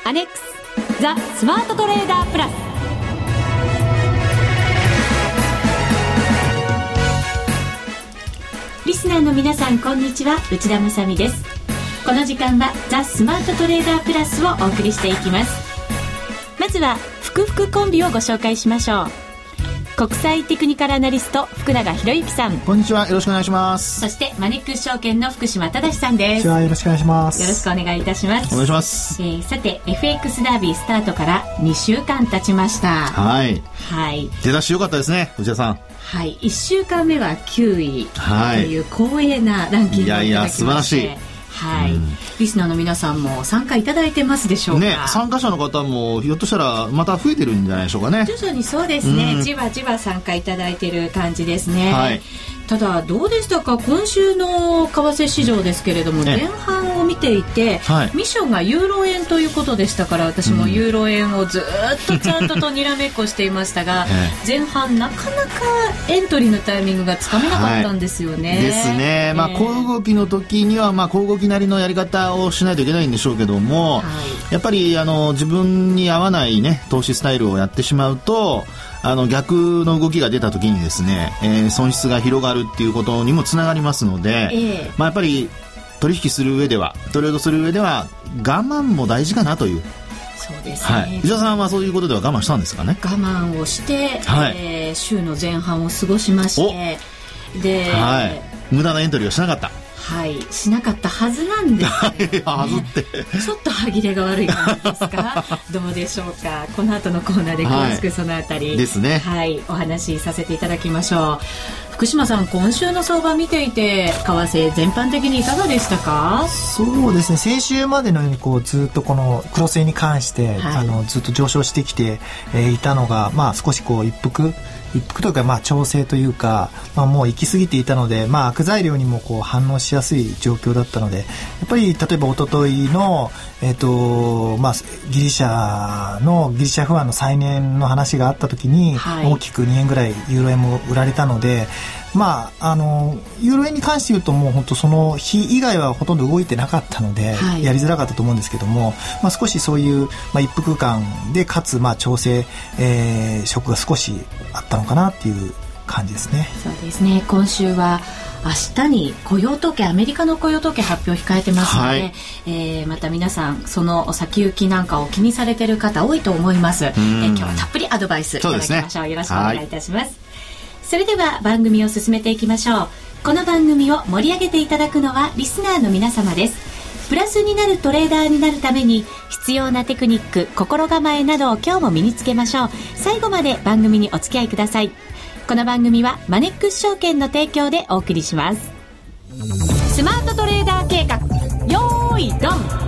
アネックスザ・スマートトレーダープラス。リスナーの皆さん、こんにちは。内田まさみです。この時間はザ・スマートトレーダープラスをお送りしていきます。まずはふくふくコンビをご紹介しましょう。国際テクニカルアナリスト福永博之さん、 こんにちは。よろしくお願いします。 そしてマネックス証券の福島正さんです。 よろしくお願いします。 よろしくお願いいたします。 お願いします。 さて FX ダービースタートから2週間経ちました。 はい、出だし良かったですね、内田さん。 はい、1週間目は9位という光栄なランキングをいただきまして、 いやいや素晴らしい。 はい、リスナーの皆さんも参加いただいてますでしょうか。 ね、参加者の方もひょっとしたらまた増えてるんじゃないでしょうかね。 徐々にそうですね、じわじわ参加いただいてる感じですね。 はい、 ただどうでしたか、今週の為替市場ですけれども、前半を見ていて、ミッションがユーロ円ということでしたから、私もユーロ円をずっとチャートとにらめっこしていましたが、前半なかなかエントリーのタイミングがつかめなかったんですよね。 ですね、小動きの時には小動きなりのやり方をしないといけないんでしょうけども、やっぱり自分に合わないね投資スタイルをやってしまうと、逆の動きが出た時にですね、損失が広がるっていうことにもつながりますので、やっぱり取引する上では、トレードする上では我慢も大事かなという。 そうですね、 伊沢さんはそういうことでは我慢したんですかね。 我慢をして、週の前半を過ごしまして、で、 無駄なエントリーをしなかった。 しなかったはずなんですはずってちょっと歯切れが悪い感じですかどうでしょうか。この後のコーナーで詳しくそのあたり、 ですね、 お話しさせていただきましょう。福島さん、今週の相場見ていて為替全般的にいかがでしたか。 そうですね、先週までのようにずっとこのクロス円に関して、ずっと上昇してきて、いたのが、少し一服というか、調整というか、もう行き過ぎていたので、悪材料にも反応しやすい状況だったので、やっぱり例えば一昨日の、ギリシャ不安の再燃の話があった時に、大きく2円ぐらいユーロ円も売られたので、ユーロ円に関して言うと、もう本当その日以外はほとんど動いてなかったので、やりづらかったと思うんですけども、少しそういう、一服感でかつ調整、色が少しあったのかなっていう感じですね。 そうですね、今週は明日に雇用統計、アメリカの雇用統計発表控えてますので、また皆さんその先行きなんかを気にされている方多いと思います。今日はたっぷりアドバイスいただきましょう。よろしくお願いいたします。それでは番組を進めていきましょう。この番組を盛り上げていただくのはリスナーの皆様です。プラスになるトレーダーになるために必要なテクニック、心構えなどを今日も身につけましょう。最後まで番組にお付き合いください。この番組はマネックス証券の提供でお送りします。スマートトレーダー計画、よーいドン。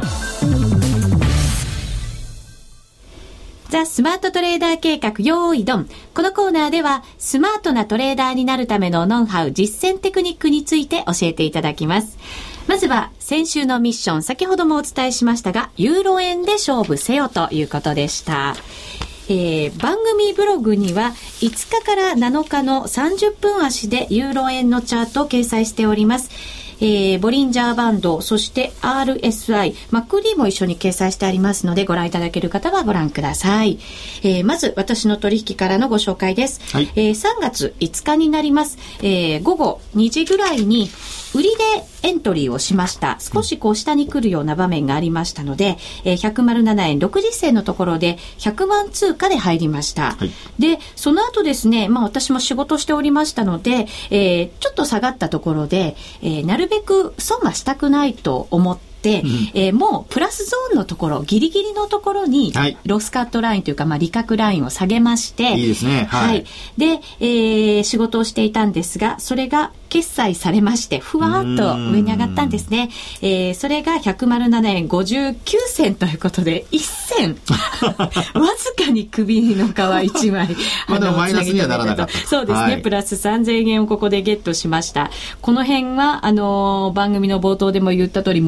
ザ・スマートトレーダー計画、よーいドン。このコーナーではスマートなトレーダーになるためのノウハウ、実践テクニックについて教えていただきます。まずは先週のミッション、先ほどもお伝えしましたが、ユーロ円で勝負せよということでした。番組ブログには5日から7日の30分足でユーロ円のチャートを掲載しております。ボリンジャーバンド、そして RSI、MACD も一緒に掲載してありますので、ご覧いただける方はご覧ください。まず私の取引からのご紹介です。3月5日になります。午後2時ぐらいに売りでエントリーをしました。少し下に来るような場面がありましたので、107円60銭のところで100万通貨で入りました。で、その後ですね、私も仕事しておりましたので、ちょっと下がったところで、なるべく損はしたくないと思って、もうプラスゾーンのところ、ギリギリのところにロスカットラインというか、利確ラインを下げまして、 いいですね。 で、仕事をしていたんですが、それが決済されまして、ふわーっと上に上がったんですね。それが107円59銭ということで、1銭わずかに首の皮1枚でもマイナスにはならなかった。 そうですね、プラス3000円をここでゲットしました。この辺は番組の冒頭でも言った通り、もみ合いだ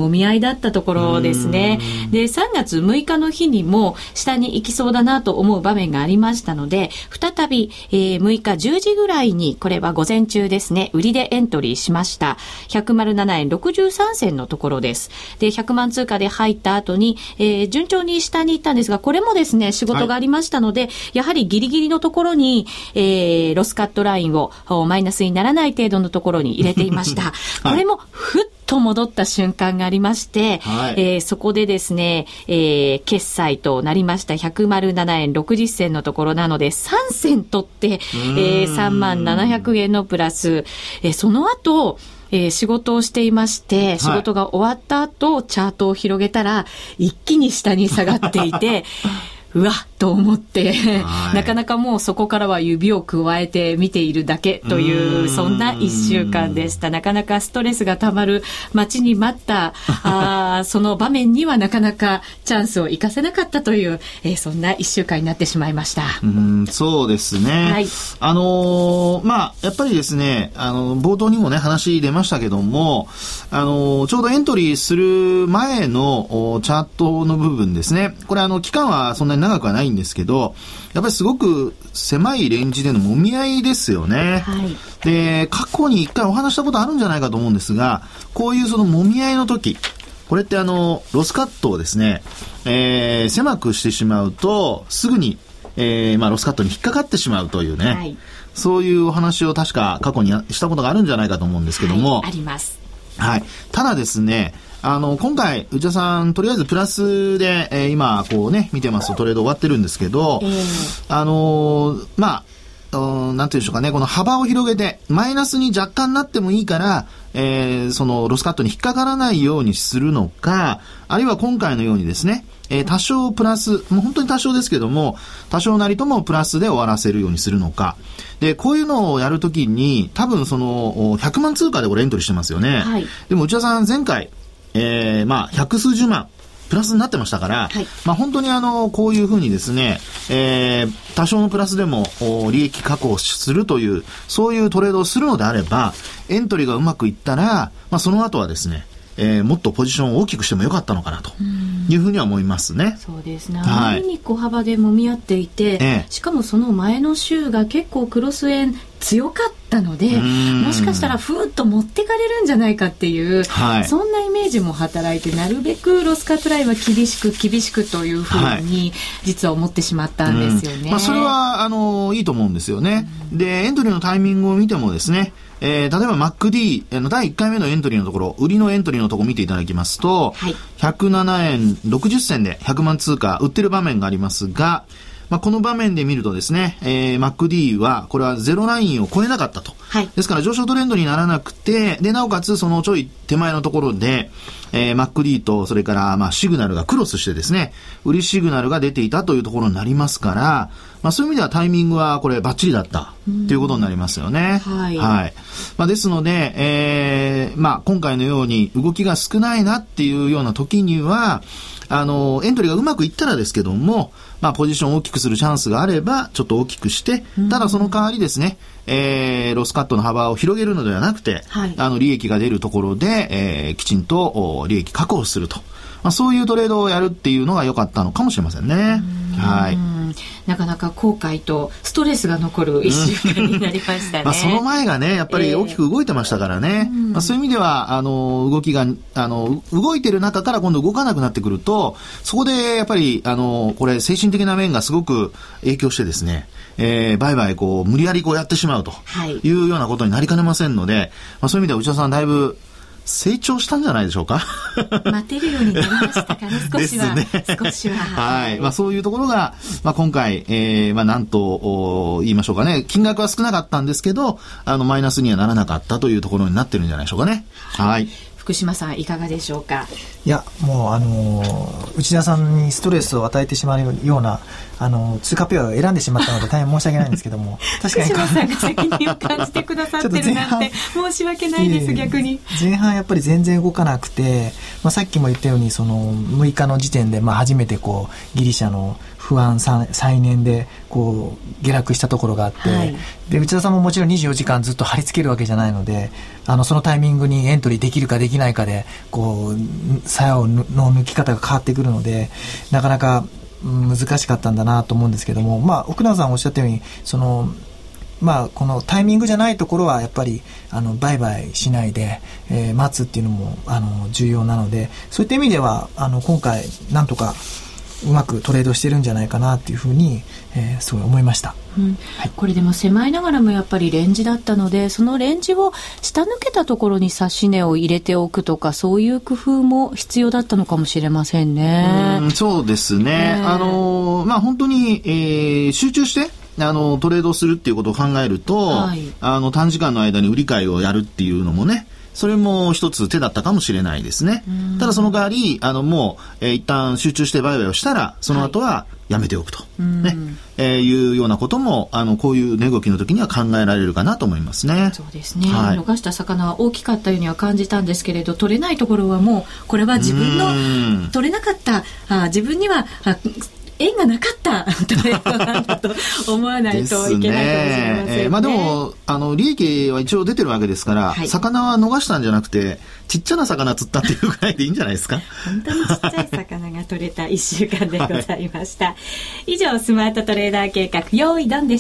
だったところですね。で、3月6日の日にも下に行きそうだなと思う場面がありましたので、再び、6日10時ぐらいに、これは午前中ですね、売りでエントリーしました。107円63銭のところです。で、100万通貨で入った後に、順調に下に行ったんですが、これもですね、仕事がありましたので、やはりギリギリのところに、ロスカットラインをマイナスにならない程度のところに入れていました。これもふっと戻った瞬間がありまして、そこでですね、決済となりました107円60銭のところなので3銭取って、37,700円のプラス、その後仕事をしていまして、仕事が終わった後、チャートを広げたら一気に下に下がっていてうわっと思って、なかなかもうそこからは指を加えて見ているだけという、そんな一週間でした。なかなかストレスがたまる待ちに待ったその場面にはなかなかチャンスを生かせなかったという、そんな一週間になってしまいました。 そうですね、はい、やっぱりですね、冒頭にもね話出ましたけども、ちょうどエントリーする前のチャートの部分ですね、これ期間はそんなに長くはないんですけど、やっぱりすごく狭いレンジでの揉み合いですよね、はい、で過去に一回お話したことあるんじゃないかと思うんですが、こういうその揉み合いの時、これってロスカットをですね、狭くしてしまうとすぐに、ロスカットに引っかかってしまうというね、はい、そういうお話を確か過去にしたことがあるんじゃないかと思うんですけども、 はい、あります、はい、 ただですね、今回内田さんとりあえずプラスで、今こうね見てますとトレード終わってるんですけど、なんていうんでしょうかね、この幅を広げてマイナスに若干なってもいいから、そのロスカットに引っかからないようにするのか、あるいは今回のようにですね、多少プラス、もう本当に多少ですけども、多少なりともプラスで終わらせるようにするのか。で、こういうのをやるときに、多分その、100万通貨でこれエントリーしてますよね。はい、でも内田さん前回、百数十万プラスになってましたから、はい、本当にこういうふうにですね、多少のプラスでも利益確保するという、そういうトレードをするのであれば、エントリーがうまくいったら、その後はですね、もっとポジションを大きくしてもよかったのかなというふうには思いますね。 そうですね。あまりに小幅で揉み合っていて、しかもその前の週が結構クロス円強かったので、もしかしたらふーっと持ってかれるんじゃないかっていう、はい、そんなイメージも働いて、なるべくロスカットラインは厳しくというふうに実は思ってしまったんですよね。 それはいいと思うんですよね。で、エントリーのタイミングを見てもですね、例えば MacD 第1回目のエントリーのところ、売りのエントリーのところを見ていただきますと、はい、107円60銭で100万通貨売ってる場面がありますが、この場面で見るとですね、MacD はこれはゼロラインを超えなかったと、はい、ですから上昇トレンドにならなくて、でなおかつそのちょい手前のところで、MacD とそれからシグナルがクロスしてですね、売りシグナルが出ていたというところになりますから、そういう意味ではタイミングはこれバッチリだったということになりますよね。はいはい、ですので、今回のように動きが少ないなっていうような時には、エントリーがうまくいったらですけども、ポジションを大きくするチャンスがあればちょっと大きくして、ただその代わりですね、ロスカットの幅を広げるのではなくて、はい、利益が出るところで、きちんと利益確保すると、そういうトレードをやるっていうのが良かったのかもしれませんね。はい、 なかなか後悔とストレスが残る1週間になりましたね。 その前がねやっぱり大きく動いてましたからね、そういう意味では動きが動いてる中から今度動かなくなってくると、そこでやっぱりこれ精神的な面がすごく影響してですね、バイバイ無理やりやってしまうというようなことになりかねませんので、そういう意味では内田さんだいぶ成長したんじゃないでしょうか。 待てるようになりましたかね、少しは。ね、少しは。 はい。そういうところが、今回、なんと言いましょうかね、金額は少なかったんですけど、マイナスにはならなかったというところになってるんじゃないでしょうかね。はい。 福島さんいかがでしょうか。 いやもう内田さんにストレスを与えてしまうような通貨ペアを選んでしまったので大変申し訳ないんですけども、 確かに福島さんが責任を感じてくださってるなんて申し訳ないです。逆に前半やっぱり全然動かなくて、さっきも言ったようにその6日の時点で初めてギリシャの不安再燃でこう下落したところがあって、はい、で内田さんももちろん24時間ずっと張り付けるわけじゃないので、そのタイミングにエントリーできるかできないかでこう鞘の抜き方が変わってくるので、なかなか難しかったんだなと思うんですけども、奥永さんおっしゃったようにこのタイミングじゃないところはやっぱり売買しないで、待つっていうのも重要なので、そういった意味では今回なんとかうまくトレードしてるんじゃないかなっていうふうに、すごい思いました、 はい、これでも狭いながらもやっぱりレンジだったので、そのレンジを下抜けたところに指し値を入れておくとか、そういう工夫も必要だったのかもしれませんね。 そうですね、本当に、集中してトレードするっていうことを考えると、はい、短時間の間に売り買いをやるっていうのもね、それも一つ手だったかもしれないですね。ただその代わりもう、一旦集中して売買をしたらその後はやめておくと、いうようなこともこういう値動きの時には考えられるかなと思いますね。 そうですね、はい、逃した魚は大きかったようには感じたんですけれど、取れないところはもうこれは自分の取れなかった自分には縁がなかったトレードなんだと思わないといけないかもしれませんね。 でも利益は一応出てるわけですから、はい、魚は逃したんじゃなくてちっちゃな魚釣ったっていうぐらいでいいんじゃないですか。 本当にちっちゃい魚が取れた1週間でございました、はい、以上スマートトレーダー計画用意ドンでした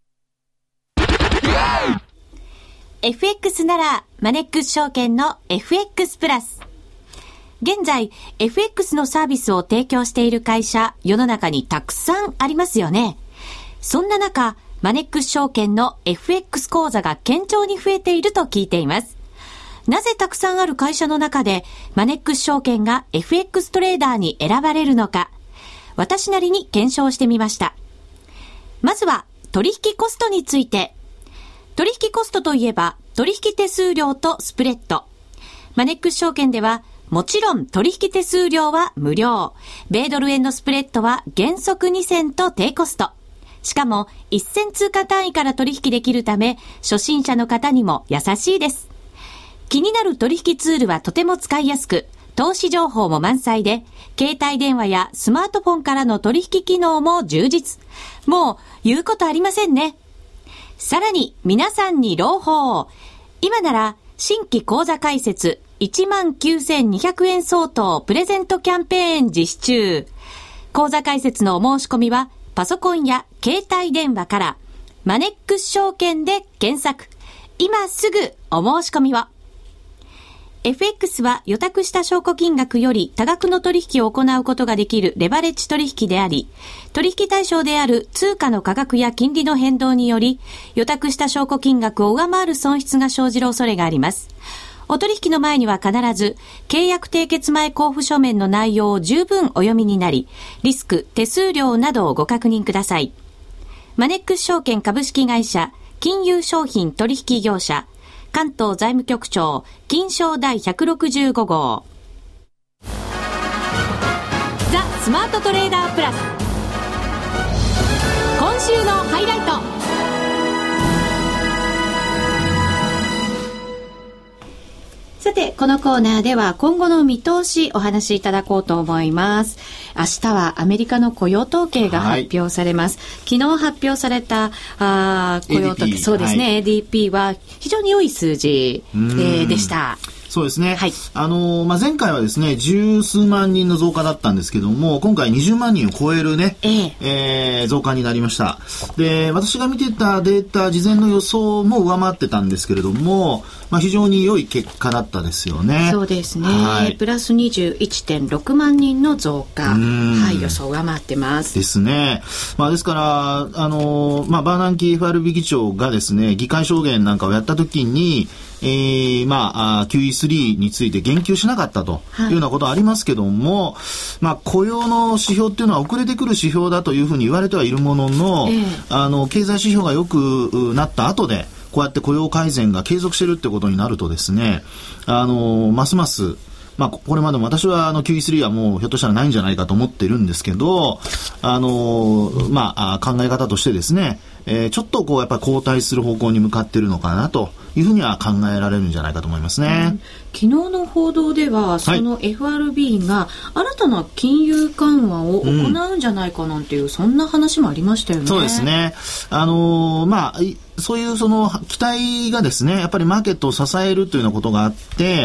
。FX ならマネックス証券の FX プラス。現在 FX のサービスを提供している会社、世の中にたくさんありますよね。そんな中、マネックス証券の FX 口座が堅調に増えていると聞いています。なぜたくさんある会社の中でマネックス証券が FX トレーダーに選ばれるのか、私なりに検証してみました。まずは取引コストについて。取引コストといえば取引手数料とスプレッド。マネックス証券ではもちろん取引手数料は無料。米ドル円のスプレッドは原則2銭と低コスト。しかも1銭通貨単位から取引できるため、初心者の方にも優しいです。気になる取引ツールはとても使いやすく、投資情報も満載で、携帯電話やスマートフォンからの取引機能も充実。もう言うことありませんね。さらに皆さんに朗報。今なら新規口座開設19,200円相当プレゼントキャンペーン実施中。口座開設のお申し込みはパソコンや携帯電話からマネックス証券で検索。今すぐお申し込みを。FX は予託した証拠金額より多額の取引を行うことができるレバレッジ取引であり、取引対象である通貨の価格や金利の変動により、予託した証拠金額を上回る損失が生じる恐れがあります。お取引の前には必ず、契約締結前交付書面の内容を十分お読みになり、リスク、手数料などをご確認ください。マネックス証券株式会社、金融商品取引業者、関東財務局長、金商第165号。ザ・スマートトレーダープラス。今週のハイライト。さて、このコーナーでは今後の見通しお話しいただこうと思います。明日はアメリカの雇用統計が発表されます。はい、昨日発表された雇用統計、そうですね、はい、ADP は非常に良い数字、でした。 そうですね。はい。前回はですね、十数万人の増加だったんですけども、今回20万人を超えるね、増加になりました。で、私が見てたデータ、事前の予想も上回ってたんですけれども、非常に良い結果だったですよね。 そうですね。はい、プラス 21.6 万人の増加。はい、予想上回ってます。 ですね。ですから、バーナンキー FRB 議長がですね、議会証言なんかをやったときに、QE3 について言及しなかったというようなことはありますけども、雇用の指標っていうのは遅れてくる指標だというふうに言われてはいるものの、経済指標が良くなった後でこうやって雇用改善が継続しているってことになるとですね、ますますこれまでも私はQE3 はもうひょっとしたらないんじゃないかと思っているんですけど、考え方としてですね、ちょっとやっぱり後退する方向に向かっているのかなというふうには考えられるんじゃないかと思いますね。 昨日の報道ではその FRB が新たな金融緩和を行うんじゃないかなんていう、そんな話もありましたよね。 そうですね。そういうその期待がですね、やっぱりマーケットを支えるというようなことがあって、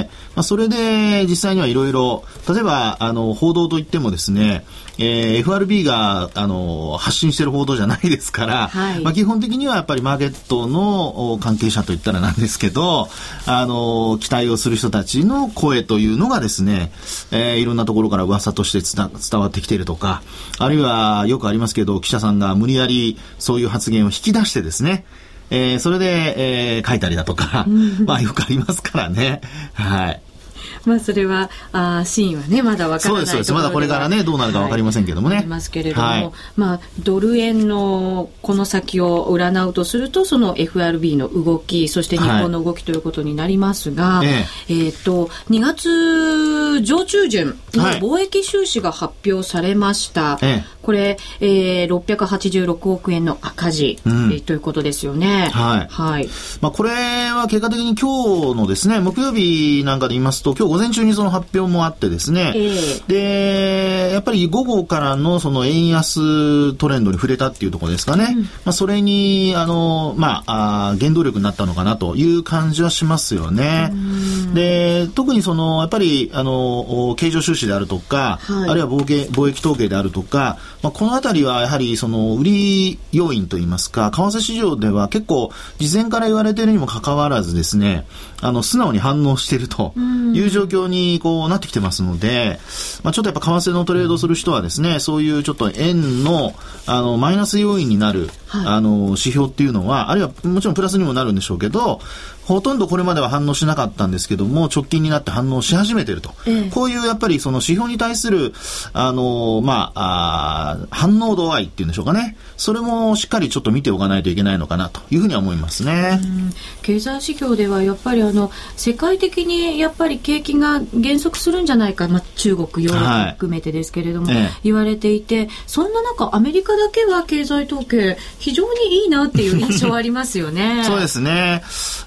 それで実際にはいろいろ、例えば報道といってもですね、FRB が発信している報道じゃないですから、はい、基本的にはやっぱりマーケットの関係者といったらなんですけど、期待をする人たちの声というのがですね、いろんなところから噂として伝わってきているとか、あるいはよくありますけど、記者さんが無理やりそういう発言を引き出してですね、それで、書いたりだとか、よくありますからね。はい。 それは真意はねまだ分からないところでは、そうです、 まだこれからねどうなるか分かりませんけどもね、 ありますけれども、ドル円のこの先を占うとすると、その FRB の動き、そして日本の動きということになりますが、2月上中旬の貿易収支が発表されました。これ、686億円の赤字、ということですよね。 これは結果的に今日のですね、木曜日なんかで言いますと、今日午前中にその発表もあってですね、でやっぱり午後からのその円安トレンドに触れたっていうところですかね。それに原動力になったのかなという感じはしますよね。で特にそのやっぱり経常収支であるとか、あるいは貿易統計であるとか、このあたりはやはりその売り要因といいますか、為替市場では結構事前から言われているにもかかわらずですね、素直に反応しているという状況にこうなってきてますので、ちょっとやっぱ為替のトレードする人はですね、そういうちょっと円のマイナス要因になる指標っていうのは、あるいはもちろんプラスにもなるんでしょうけど、ほとんどこれまでは反応しなかったんですけども、直近になって反応し始めていると、こういうやっぱりその指標に対する反応度合いっていうんでしょうかね、それもしっかりちょっと見ておかないといけないのかなというふうには思いますね。 経済指標ではやっぱり世界的にやっぱり景気が減速するんじゃないか、中国ヨーロッパ含めてですけれども、言われていて、そんな中アメリカだけは経済統計非常にいいなっていう印象はありますよね。 そうですね。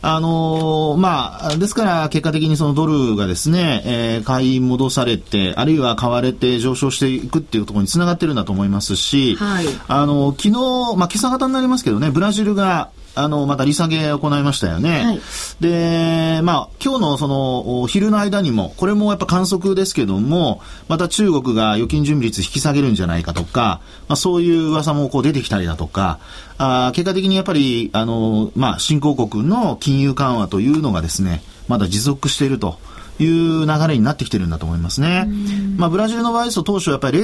ですから結果的にそのドルがですね、買い戻されて、あるいは買われて上昇していくっていうところにつながってるんだと思いますし、昨日、今朝方になりますけどね、ブラジルがまた利下げを行いましたよね。で、今日のその昼の間にも、これもやっぱ観測ですけども、また中国が預金準備率引き下げるんじゃないかとか、そういう噂もこう出てきたりだとか、結果的にやっぱり新興国の金融緩和というのがですね、まだ持続しているという流れになってきてるんだと思いますね。ブラジルの場合ですと当初やっぱり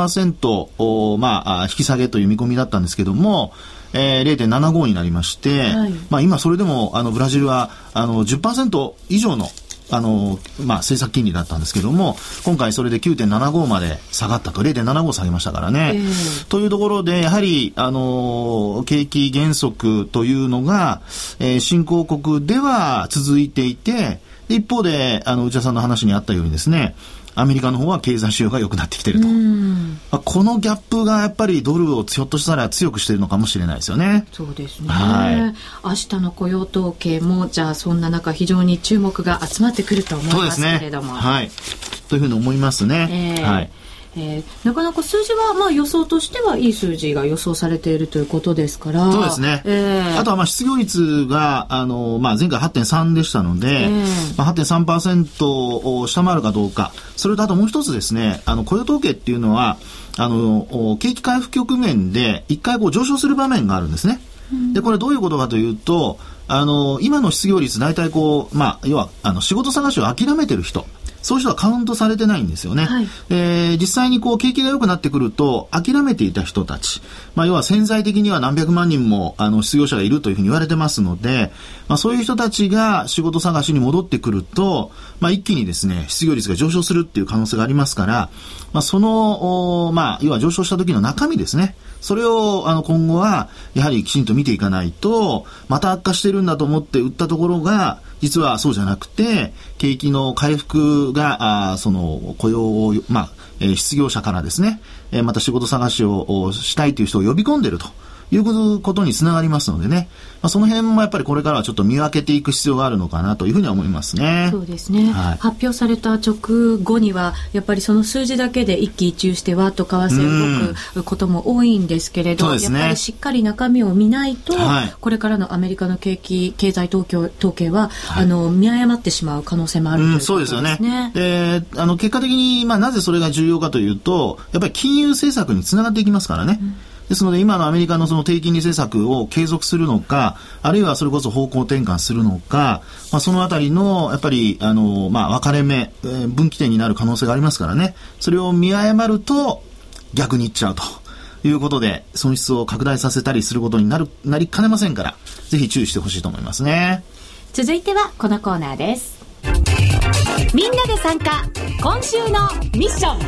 0.5% 引き下げという見込みだったんですけども、0.75 になりまして、今それでもブラジルは10% 以上の政策金利だったんですけども、今回それで 9.75 まで下がったと、 0.75 下げましたからね、というところでやはり景気減速というのが、新興国では続いていて、一方で内田さんの話にあったようにですね、アメリカの方は経済指標が良くなってきていると、このギャップがやっぱりドルをひょっとしたら強くしているのかもしれないですよね。 そうですね、明日の雇用統計もじゃあそんな中非常に注目が集まってくると思いますけれども、 というふうに思いますね。 なかなか数字は予想としてはいい数字が予想されているということですから。 そうですね。あとは失業率が前回 8.3 でしたので、8.3% を下回るかどうか。それとあともう一つですね、雇用統計っていうのは景気回復局面で一回上昇する場面があるんですね。でこれどういうことかというと、今の失業率大体要は仕事探しを諦めてる人、そういう人はカウントされてないんですよね。実際に景気が良くなってくると諦めていた人たち、要は潜在的には何百万人も失業者がいるというふうに言われてますので、そういう人たちが仕事探しに戻ってくると、一気にですね失業率が上昇するっていう可能性がありますから、その要は上昇した時の中身ですね、それを今後はやはりきちんと見ていかないと、また悪化してるんだと思って売ったところが実はそうじゃなくて、景気の回復がその雇用を、失業者からですね、また仕事探しをしたいという人を呼び込んでいるということにつながりますのでね、その辺もやっぱりこれからはちょっと見分けていく必要があるのかなというふうには思いますね。 そうですね、はい、発表された直後にはやっぱりその数字だけで一喜一憂してわーっと為替動くことも多いんですけれど、やっぱりしっかり中身を見ないと、はい、これからのアメリカの経済統計は、はい、見誤ってしまう可能性もあるということですね。 そうですよね。で、結果的に、なぜそれが重要かというと、やっぱり金融政策につながっていきますからね。ですので今のアメリカのその低金利政策を継続するのか、あるいはそれこそ方向転換するのか、そのあたりのやっぱり分かれ目、分岐点になる可能性がありますからね。それを見誤ると逆にいっちゃうということで、損失を拡大させたりすることになりかねませんから、ぜひ注意してほしいと思いますね。 続いてはこのコーナーです。みんなで参加、今週のミッション。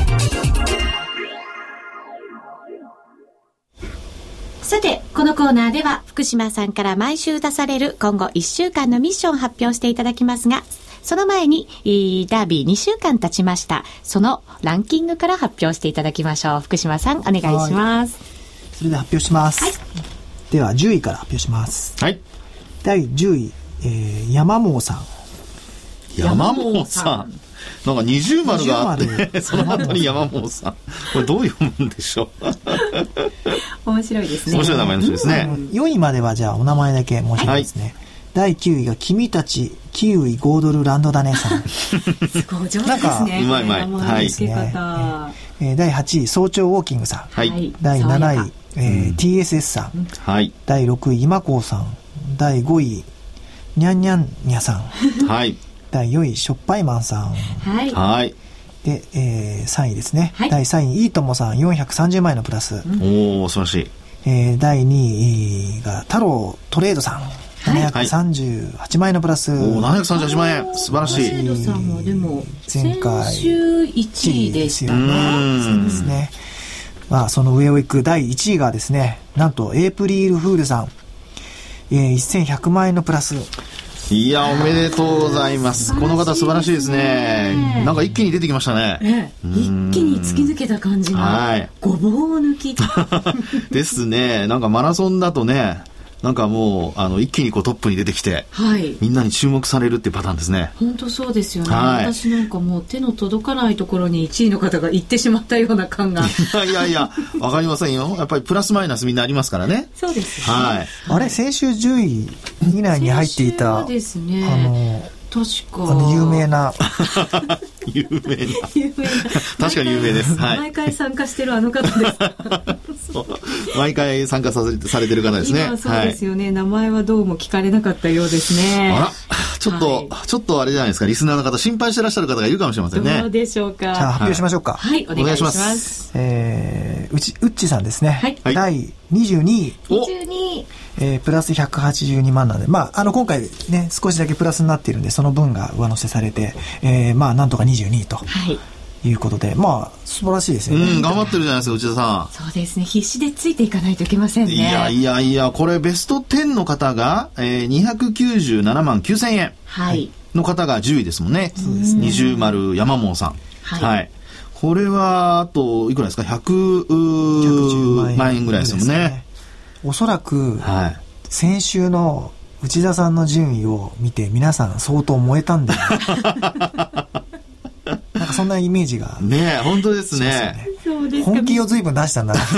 さて、このコーナーでは福島さんから毎週出される今後1週間のミッションを発表していただきますが、その前にダービー2週間経ちました。そのランキングから発表していただきましょう。福島さん、お願いします。 それで発表します。はい、では10位から発表します。 はい。 第10位、山毛さん。 山毛さん。なんか二重丸があってその後に山毛さん、これどう読むんでしょう。 面白いですね。 面白い名前の人ですね。 4位まではじゃあお名前だけ申し上げますね。はい、第9位が君たちキウイ5ドルランドだねさん。 すごい上手ですね。 うまい。はい。 第8位早朝ウォーキングさん。 はい。 第7位、TSS さん。 はい。 第6位今光さん。第5位にゃんにゃんにゃさん。 はい。 第4位しょっぱいマンさん。 はい。 で、3位ですね。 はい、 第3位いいともさん430万円のプラス。 おお、素晴らしい。第2位が太郎トレードさん。738万円のプラス。 おお、738万円。素晴らしい。 トレードさんもでも前回先週1位でしたね。そうですね。その上を行く第1位がですね、なんとエイプリルフールさん。1100万円のプラス。 いや、おめでとうございます。この方素晴らしいですね。なんか一気に出てきましたね。 一気に突き抜けた感じが。はい。ごぼう抜き。 ですね。なんかマラソンだとね、なんかもう一気にこうトップに出てきて、はい、みんなに注目されるっていうパターンですね。 本当そうですよね。はい、私なんかもう手の届かないところに1位の方が行ってしまったような感が。 いやわかりませんよ。やっぱりプラスマイナスみんなありますからね。 そうですね。はい。 あれ先週10位以内に入っていたですね。確か有名な有名な確かに有名です。はい。 毎回参加してるあの方ですか。 毎回参加されてる方ですね。 今そうですよね、はい。名前はどうも聞かれなかったようですね。 あら、ちょっとあれじゃないですか。リスナーの方心配してらっしゃる方がいるかもしれませんね。 どうでしょうか。 じゃあ発表しましょうか。 はい、お願いします。 うっちさんですね。 はい。 第22位。プラス182万なんで、今回ね、少しだけプラスになっているんで、その分が上乗せされて、なんとか22位と。はいいうことで、素晴らしいですよね。 頑張ってるじゃないですか、内田さん。 そうですね。必死でついていかないといけませんね。 いや、これベスト10の方が、297万9000円の方が10位ですもんね。そうですね。20丸山毛さん。はい。これは、あと、いくらですか ?110 万円ぐらいですもんね。 おそらく、先週の内田さんの順位を見て、皆さん相当燃えたんだよ。なんかそんなイメージが。 ねえ、本当ですね。 そうですか。 本気を随分出したんだな。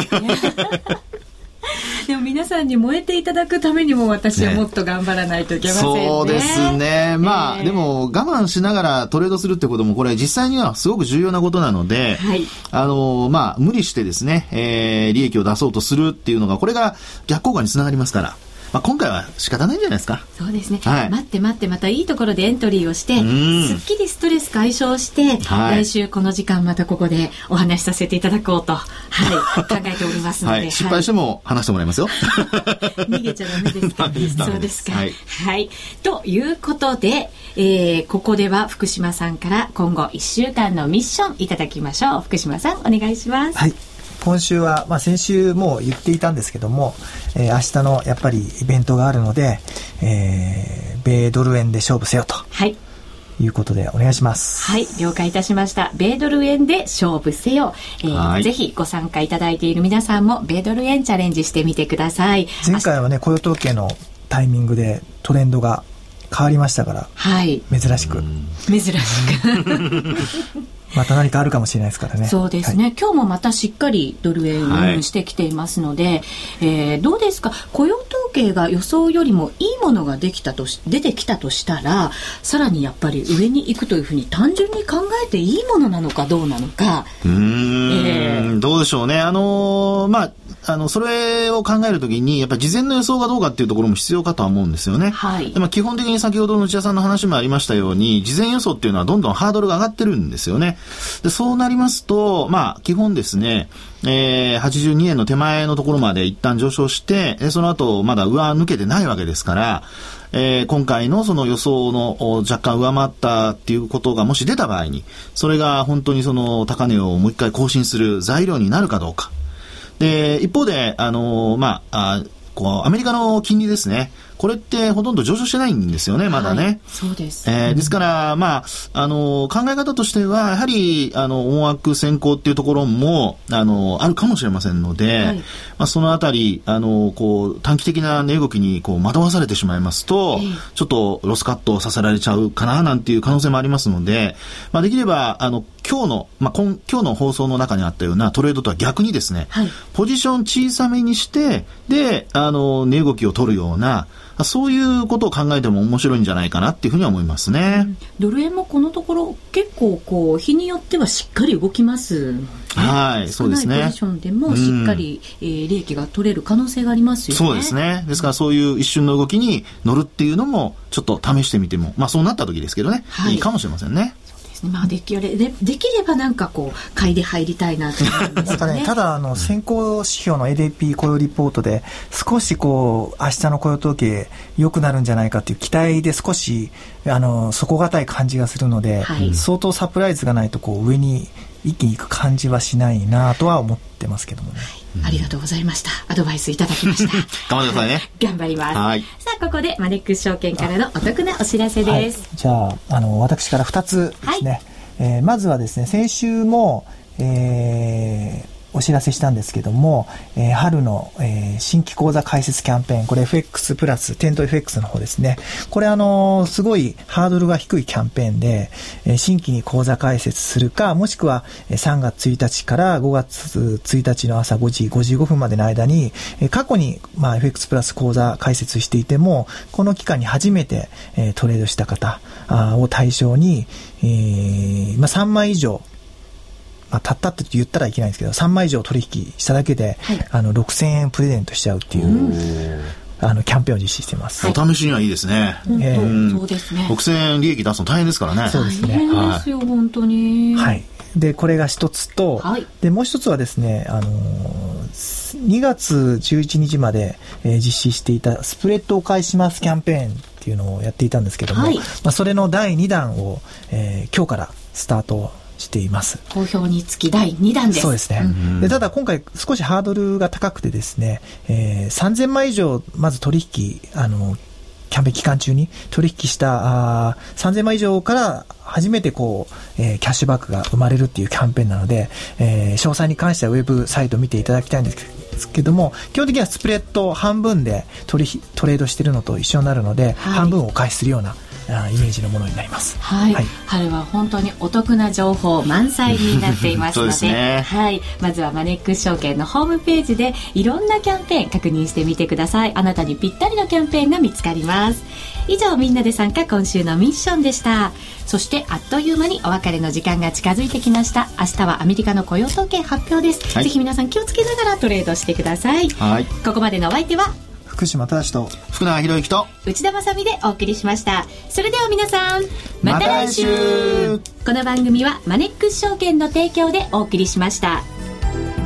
でも皆さんに燃えていただくためにも私はもっと頑張らないといけませんね。 そうですね。でも我慢しながらトレードするってこともこれ実際にはすごく重要なことなので、はい、無理してですね、利益を出そうとするっていうのがこれが逆効果につながりますから。今回は仕方ないんじゃないですか。 そうですね。はい、待ってまたいいところでエントリーをして、すっきりストレス解消して、来週この時間またここでお話しさせていただこうと、考えておりますので。 失敗しても話してもらいますよ。 逃げちゃダメですか。そうですか。はい。ということで、ここでは福島さんから今後1週間のミッションいただきましょう。福島さんお願いします。 はい。今週は、先週も言っていたんですけども、明日のやっぱりイベントがあるので、米ドル円で勝負せよということでお願いします。 はい、了解いたしました。米ドル円で勝負せよ。ぜひご参加いただいている皆さんも米ドル円チャレンジしてみてください。 前回はね、雇用統計のタイミングでトレンドが変わりましたから、 はい、 珍しくまた何かあるかもしれないですからね。 そうですね、はい、今日もまたしっかりドル円してきていますので、どうですか、雇用統計が予想よりもいいものが出てきたとしたら、さらにやっぱり上に行くというふうに単純に考えていいものなのかどうなのか、 どうでしょうね。それを考えるときにやっぱり事前の予想がどうかっていうところも必要かとは思うんですよね。 はい、 で基本的に先ほどの内田さんの話もありましたように、事前予想っていうのはどんどんハードルが上がってるんですよね。でそうなりますと、基本ですね、82円の手前のところまで一旦上昇して、その後まだ上抜けてないわけですから、今回のその予想の若干上回ったっていうことがもし出た場合に、それが本当にその高値をもう一回更新する材料になるかどうか。で一方でアメリカの金利ですね、これってほとんど上昇してないんですよね、まだね。 はい、そうです。 ですから、考え方としては、やはり、思惑先行っていうところも、あるかもしれませんので、はい、そのあたり、短期的な値動きに、惑わされてしまいますと、ちょっとロスカットさせられちゃうかな、なんていう可能性もありますので、できれば、今日の放送の中にあったようなトレードとは逆にですね、はい、ポジション小さめにして、で、値動きを取るような、そういうことを考えても面白いんじゃないかなっていうふうには思いますね。 ドル円もこのところ結構日によってはしっかり動きます、ね。 はい、そうですね。 少ないポジションでもしっかり、利益が取れる可能性がありますよね。 そうですね。ですからそういう一瞬の動きに乗るっていうのもちょっと試してみても、そうなった時ですけどね、はい、いいかもしれませんね。 できればなんか買いで入りたいなと思うんですよね。 ただ先行指標の ADP 雇用リポートで少し明日の雇用統計良くなるんじゃないかという期待で少し底堅い感じがするので、はい、相当サプライズがないと上に一気に行く感じはしないなとは思ってますけどもね。 はい、ありがとうございました。アドバイスいただきました。 頑張ってくださいね。 頑張ります。 はい。 さあここでマネックス証券からのお得なお知らせです。はい、 じゃあ私から2つですね。はい、まずはですね、先週も、お知らせしたんですけども、春の、新規口座開設キャンペーン、これ FX プラステント FX の方ですね。これすごいハードルが低いキャンペーンで、新規に口座開設するか、もしくは3月1日から5月1日の朝5時55分までの間に、過去に、FX プラス口座開設していても、この期間に初めて、トレードした方を対象に、3枚以上、たったって言ったらいけないんですけど、3枚以上取引しただけで、はい、6000円プレゼントしちゃうっていう、キャンペーンを実施しています。 お試しにはいいですね。 そうですね。 6000円利益出すの大変ですからね。 そうですね。 大変ですよ、本当に。 はい。で、これが一つと、はい、で、もう一つはですね、2月11日まで、実施していたスプレッドを返しますキャンペーンっていうのをやっていたんですけども、はい、それの第2弾を、今日からスタートしています。 好評につき第2弾です。 そうですね。でただ今回少しハードルが高くてですね、3000枚以上まず取引キャンペーン期間中に取引した3000枚以上から初めてキャッシュバックが生まれるっていうキャンペーンなので、詳細に関してはウェブサイトを見ていただきたいんですけども、基本的にはスプレッド半分でトレードしているのと一緒になるので、はい、半分をお返しするようなイメージのものになります。 はい。はい、春は本当にお得な情報満載になっていますので、 ね、 はい。まずはマネックス証券のホームページでいろんなキャンペーン確認してみてください。あなたにぴったりのキャンペーンが見つかります。以上、みんなで参加今週のミッションでした。そしてあっという間にお別れの時間が近づいてきました。明日はアメリカの雇用統計発表です。はい、ぜひ皆さん気をつけながらトレードしてください。はい。ここまでのお相手は福島正と福永博之と内田まさみでお送りしました。それでは皆さん、また来週。この番組はマネックス証券の提供でお送りしました。